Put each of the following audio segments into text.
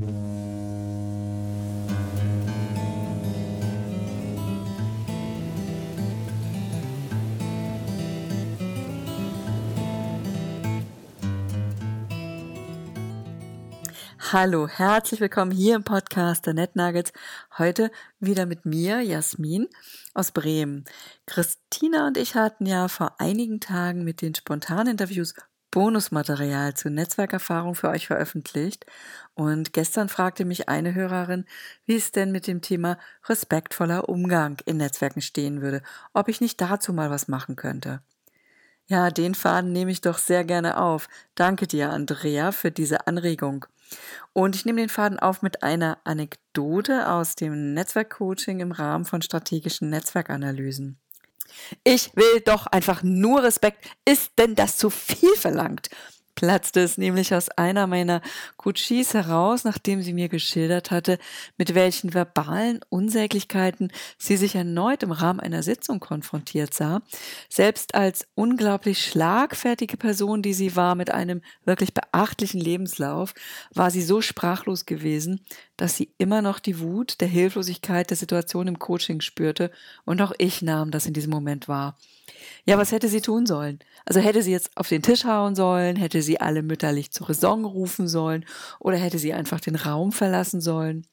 Hallo, herzlich willkommen hier im Podcast der NetNuggets. Heute wieder mit mir, Jasmin aus Bremen. Christina und ich hatten ja vor einigen Tagen mit den Spontaninterviews Bonusmaterial zur Netzwerkerfahrung für euch veröffentlicht. Und gestern fragte mich eine Hörerin, wie es denn mit dem Thema respektvoller Umgang in Netzwerken stehen würde, ob ich nicht dazu mal was machen könnte. Ja, den Faden nehme ich doch sehr gerne auf. Danke dir, Andrea, für diese Anregung. Und ich nehme den Faden auf mit einer Anekdote aus dem Netzwerkcoaching im Rahmen von strategischen Netzwerkanalysen. Ich will doch einfach nur Respekt. Ist denn das zu viel verlangt? Platzte es nämlich aus einer meiner Coaches heraus, nachdem sie mir geschildert hatte, mit welchen verbalen Unsäglichkeiten sie sich erneut im Rahmen einer Sitzung konfrontiert sah. Selbst als unglaublich schlagfertige Person, die sie war, mit einem wirklich beachtlichen Lebenslauf, war sie so sprachlos gewesen, dass sie immer noch die Wut der Hilflosigkeit der Situation im Coaching spürte, und auch ich nahm das in diesem Moment wahr. Ja, was hätte sie tun sollen? Also hätte sie jetzt auf den Tisch hauen sollen, hätte sie alle mütterlich zur Raison rufen sollen oder hätte sie einfach den Raum verlassen sollen?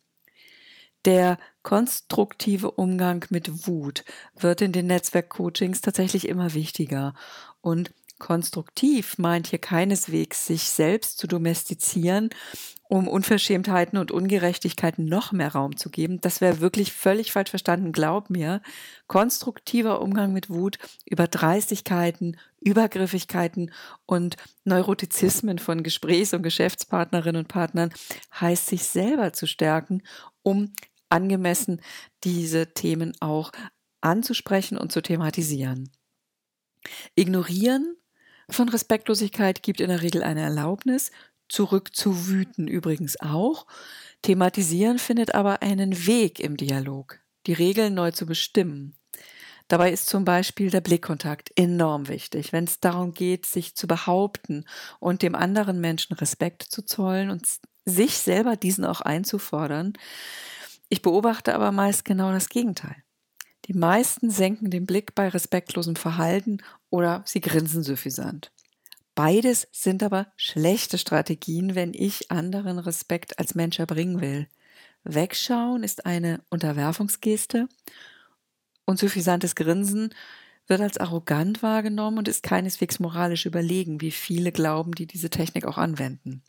Der konstruktive Umgang mit Wut wird in den Netzwerkcoachings tatsächlich immer wichtiger. Und konstruktiv meint hier keineswegs, sich selbst zu domestizieren, um Unverschämtheiten und Ungerechtigkeiten noch mehr Raum zu geben. Das wäre wirklich völlig falsch verstanden, glaub mir. Konstruktiver Umgang mit Wut über Dreistigkeiten, Übergriffigkeiten und Neurotizismen von Gesprächs- und Geschäftspartnerinnen und Partnern heißt, sich selber zu stärken, um angemessen diese Themen auch anzusprechen und zu thematisieren. Ignorieren von Respektlosigkeit gibt in der Regel eine Erlaubnis, zurück zu wüten übrigens auch. Thematisieren findet aber einen Weg im Dialog, die Regeln neu zu bestimmen. Dabei ist zum Beispiel der Blickkontakt enorm wichtig, wenn es darum geht, sich zu behaupten und dem anderen Menschen Respekt zu zollen und sich selber diesen auch einzufordern. Ich beobachte aber meist genau das Gegenteil. Die meisten senken den Blick bei respektlosem Verhalten oder sie grinsen suffisant. Beides sind aber schlechte Strategien, wenn ich anderen Respekt als Mensch erbringen will. Wegschauen ist eine Unterwerfungsgeste und suffisantes Grinsen wird als arrogant wahrgenommen und ist keineswegs moralisch überlegen, wie viele glauben, die diese Technik auch anwenden.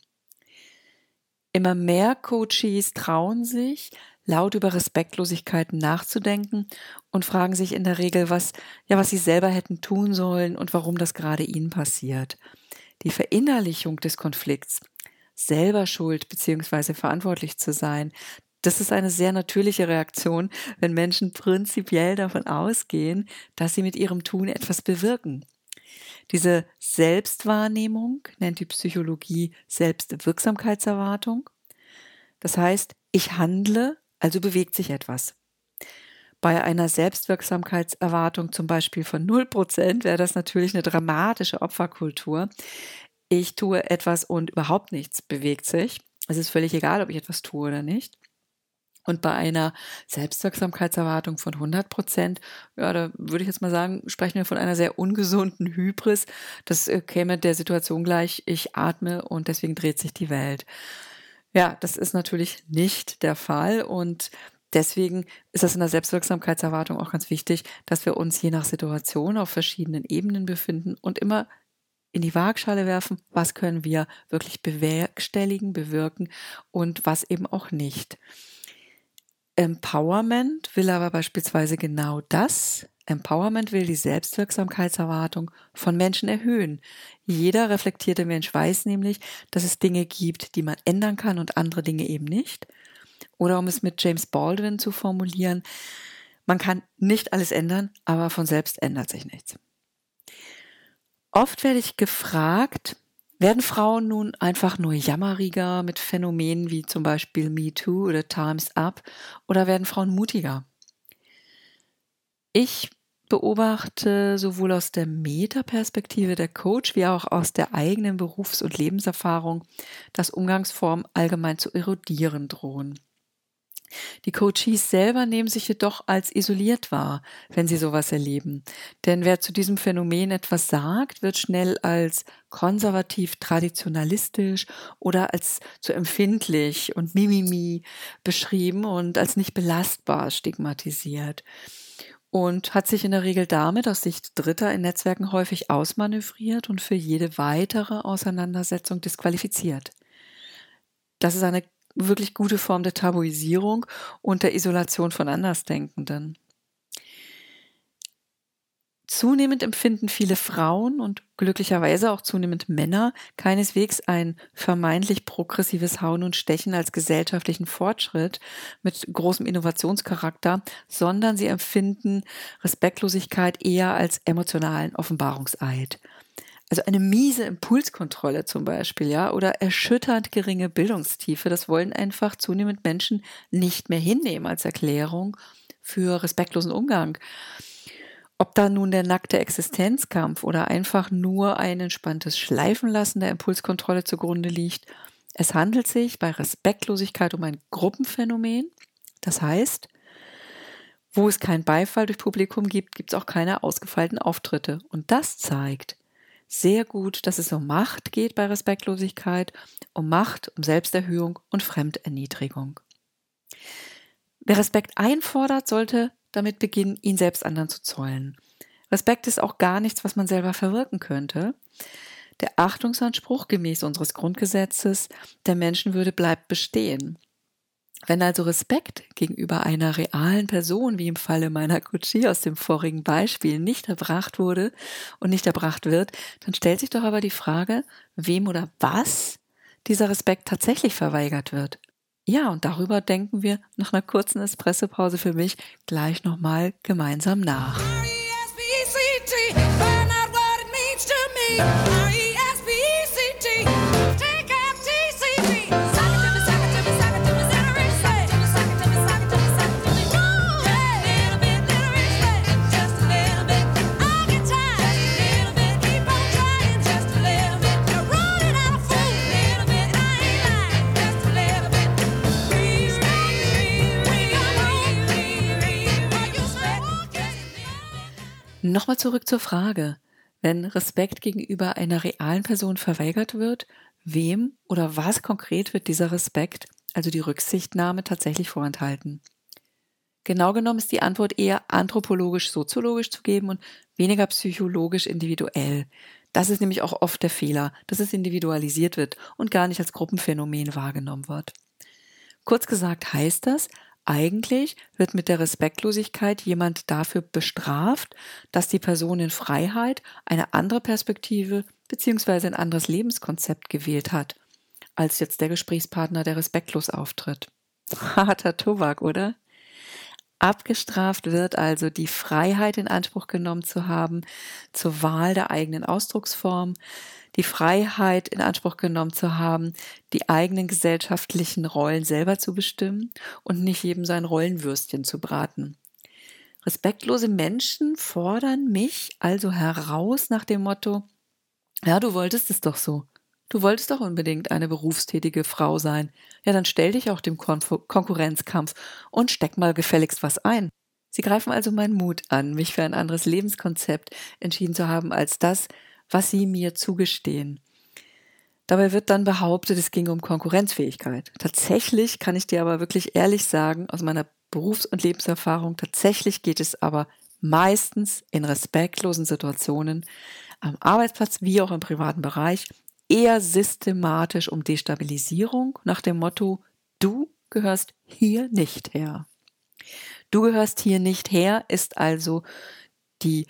Immer mehr Coaches trauen sich, laut über Respektlosigkeiten nachzudenken und fragen sich in der Regel, was sie selber hätten tun sollen und warum das gerade ihnen passiert. Die Verinnerlichung des Konflikts, selber schuld bzw. verantwortlich zu sein, das ist eine sehr natürliche Reaktion, wenn Menschen prinzipiell davon ausgehen, dass sie mit ihrem Tun etwas bewirken. Diese Selbstwahrnehmung nennt die Psychologie Selbstwirksamkeitserwartung. Das heißt, ich handle, also bewegt sich etwas. Bei einer Selbstwirksamkeitserwartung zum Beispiel von 0% wäre das natürlich eine dramatische Opferkultur. Ich tue etwas und überhaupt nichts bewegt sich. Es ist völlig egal, ob ich etwas tue oder nicht. Und bei einer Selbstwirksamkeitserwartung von 100%, ja, da würde ich jetzt mal sagen, sprechen wir von einer sehr ungesunden Hybris. Das käme der Situation gleich, ich atme und deswegen dreht sich die Welt. Ja, das ist natürlich nicht der Fall und deswegen ist das in der Selbstwirksamkeitserwartung auch ganz wichtig, dass wir uns je nach Situation auf verschiedenen Ebenen befinden und immer in die Waagschale werfen, was können wir wirklich bewerkstelligen, bewirken und was eben auch nicht. Empowerment will aber beispielsweise genau das. Empowerment will die Selbstwirksamkeitserwartung von Menschen erhöhen. Jeder reflektierte Mensch weiß nämlich, dass es Dinge gibt, die man ändern kann und andere Dinge eben nicht. Oder um es mit James Baldwin zu formulieren, man kann nicht alles ändern, aber von selbst ändert sich nichts. Oft werde ich gefragt, werden Frauen nun einfach nur jammeriger mit Phänomenen wie zum Beispiel MeToo oder Time's Up oder werden Frauen mutiger? Ich beobachte sowohl aus der Metaperspektive der Coach wie auch aus der eigenen Berufs- und Lebenserfahrung, dass Umgangsformen allgemein zu erodieren drohen. Die Coaches selber nehmen sich jedoch als isoliert wahr, wenn sie sowas erleben. Denn wer zu diesem Phänomen etwas sagt, wird schnell als konservativ, traditionalistisch oder als zu empfindlich und Mimimi beschrieben und als nicht belastbar stigmatisiert. Und hat sich in der Regel damit aus Sicht Dritter in Netzwerken häufig ausmanövriert und für jede weitere Auseinandersetzung disqualifiziert. Das ist eine wirklich gute Form der Tabuisierung und der Isolation von Andersdenkenden. Zunehmend empfinden viele Frauen und glücklicherweise auch zunehmend Männer keineswegs ein vermeintlich progressives Hauen und Stechen als gesellschaftlichen Fortschritt mit großem Innovationscharakter, sondern sie empfinden Respektlosigkeit eher als emotionalen Offenbarungseid. Also eine miese Impulskontrolle zum Beispiel, ja, oder erschütternd geringe Bildungstiefe, das wollen einfach zunehmend Menschen nicht mehr hinnehmen als Erklärung für respektlosen Umgang. Ob da nun der nackte Existenzkampf oder einfach nur ein entspanntes Schleifenlassen der Impulskontrolle zugrunde liegt, es handelt sich bei Respektlosigkeit um ein Gruppenphänomen. Das heißt, wo es keinen Beifall durch Publikum gibt, gibt es auch keine ausgefeilten Auftritte. Und das zeigt sehr gut, dass es um Macht geht bei Respektlosigkeit, um Macht, um Selbsterhöhung und Fremderniedrigung. Wer Respekt einfordert, sollte damit beginnen, ihn selbst anderen zu zollen. Respekt ist auch gar nichts, was man selber verwirken könnte. Der Achtungsanspruch gemäß unseres Grundgesetzes der Menschenwürde bleibt bestehen. Wenn also Respekt gegenüber einer realen Person, wie im Falle meiner Coachie aus dem vorigen Beispiel, nicht erbracht wurde und nicht erbracht wird, dann stellt sich doch aber die Frage, wem oder was dieser Respekt tatsächlich verweigert wird. Ja, und darüber denken wir nach einer kurzen Espressopause für mich gleich nochmal gemeinsam nach. R-E-S-P-E-C-T, find out what it means to me. R-E-S-P-E-C-T, take out T-C-T. Sock it to me, sock it to me, sock it to me, Zellary say. Sock it to me, sock it to me, sock it to me. Woo! Yeah, little bit, Zellary say. Just a little bit. I'll get tired. Little bit, keep on trying. Just a little bit. You're running out of food. Little bit, I ain't lying. Just a little bit. Nochmal zurück zur Frage. Wenn Respekt gegenüber einer realen Person verweigert wird, wem oder was konkret wird dieser Respekt, also die Rücksichtnahme, tatsächlich vorenthalten? Genau genommen ist die Antwort eher anthropologisch-soziologisch zu geben und weniger psychologisch-individuell. Das ist nämlich auch oft der Fehler, dass es individualisiert wird und gar nicht als Gruppenphänomen wahrgenommen wird. Kurz gesagt heißt das, eigentlich wird mit der Respektlosigkeit jemand dafür bestraft, dass die Person in Freiheit eine andere Perspektive bzw. ein anderes Lebenskonzept gewählt hat, als jetzt der Gesprächspartner, der respektlos auftritt. Harter Tobak, oder? Abgestraft wird also die Freiheit in Anspruch genommen zu haben zur Wahl der eigenen Ausdrucksform, die Freiheit in Anspruch genommen zu haben, die eigenen gesellschaftlichen Rollen selber zu bestimmen und nicht jedem sein Rollenwürstchen zu braten. Respektlose Menschen fordern mich also heraus nach dem Motto, ja, du wolltest es doch so. Du wolltest doch unbedingt eine berufstätige Frau sein. Ja, dann stell dich auch dem Konkurrenzkampf und steck mal gefälligst was ein. Sie greifen also meinen Mut an, mich für ein anderes Lebenskonzept entschieden zu haben als das, was sie mir zugestehen. Dabei wird dann behauptet, es ginge um Konkurrenzfähigkeit. Tatsächlich kann ich dir aber wirklich ehrlich sagen, aus meiner Berufs- und Lebenserfahrung, tatsächlich geht es aber meistens in respektlosen Situationen am Arbeitsplatz wie auch im privaten Bereich eher systematisch um Destabilisierung nach dem Motto, du gehörst hier nicht her. Du gehörst hier nicht her ist also die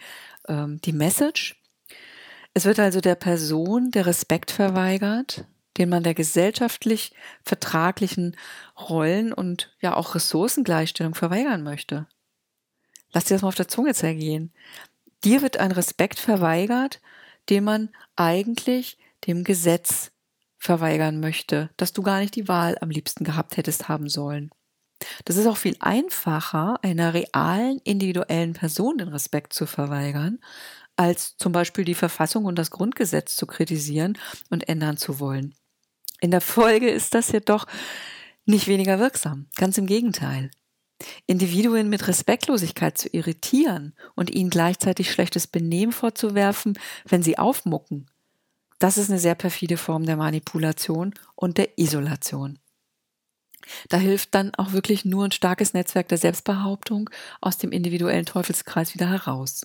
Message. Es wird also der Person der Respekt verweigert, den man der gesellschaftlich vertraglichen Rollen und ja auch Ressourcengleichstellung verweigern möchte. Lass dir das mal auf der Zunge zergehen. Dir wird ein Respekt verweigert, den man eigentlich dem Gesetz verweigern möchte, dass du gar nicht die Wahl am liebsten gehabt hättest haben sollen. Das ist auch viel einfacher, einer realen, individuellen Person den Respekt zu verweigern, als zum Beispiel die Verfassung und das Grundgesetz zu kritisieren und ändern zu wollen. In der Folge ist das jedoch nicht weniger wirksam, ganz im Gegenteil. Individuen mit Respektlosigkeit zu irritieren und ihnen gleichzeitig schlechtes Benehmen vorzuwerfen, wenn sie aufmucken, das ist eine sehr perfide Form der Manipulation und der Isolation. Da hilft dann auch wirklich nur ein starkes Netzwerk der Selbstbehauptung aus dem individuellen Teufelskreis wieder heraus.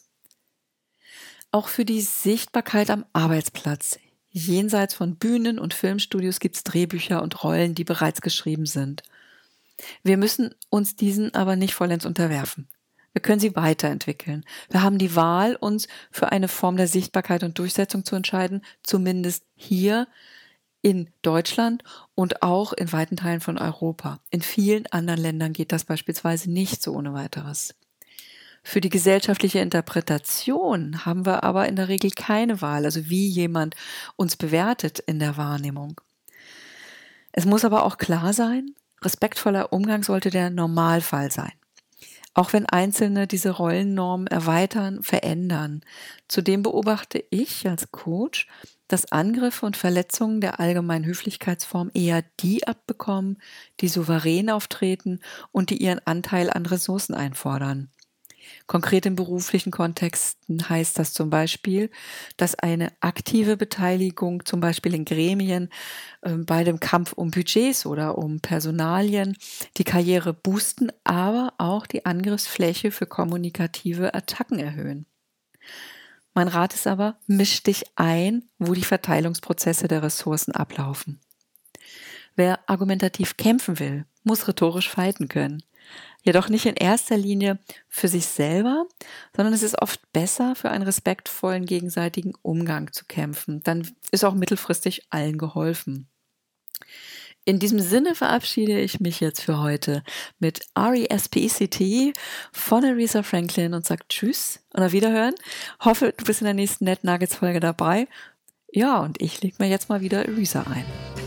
Auch für die Sichtbarkeit am Arbeitsplatz. Jenseits von Bühnen und Filmstudios gibt es Drehbücher und Rollen, die bereits geschrieben sind. Wir müssen uns diesen aber nicht vollends unterwerfen. Wir können sie weiterentwickeln. Wir haben die Wahl, uns für eine Form der Sichtbarkeit und Durchsetzung zu entscheiden, zumindest hier in Deutschland und auch in weiten Teilen von Europa. In vielen anderen Ländern geht das beispielsweise nicht so ohne weiteres. Für die gesellschaftliche Interpretation haben wir aber in der Regel keine Wahl, also wie jemand uns bewertet in der Wahrnehmung. Es muss aber auch klar sein, respektvoller Umgang sollte der Normalfall sein. Auch wenn Einzelne diese Rollennormen erweitern, verändern. Zudem beobachte ich als Coach, dass Angriffe und Verletzungen der allgemeinen Höflichkeitsform eher die abbekommen, die souverän auftreten und die ihren Anteil an Ressourcen einfordern. Konkret in beruflichen Kontexten heißt das zum Beispiel, dass eine aktive Beteiligung zum Beispiel in Gremien bei dem Kampf um Budgets oder um Personalien die Karriere boosten, aber auch die Angriffsfläche für kommunikative Attacken erhöhen. Mein Rat ist aber, misch dich ein, wo die Verteilungsprozesse der Ressourcen ablaufen. Wer argumentativ kämpfen will, muss rhetorisch fighten können. Jedoch nicht in erster Linie für sich selber, sondern es ist oft besser, für einen respektvollen gegenseitigen Umgang zu kämpfen. Dann ist auch mittelfristig allen geholfen. In diesem Sinne verabschiede ich mich jetzt für heute mit R.E.S.P.E.C.T. von Aretha Franklin und sage Tschüss und auf Wiederhören. Hoffe, du bist in der nächsten NetNuggets-Folge dabei. Ja, und ich lege mir jetzt mal wieder Aretha ein.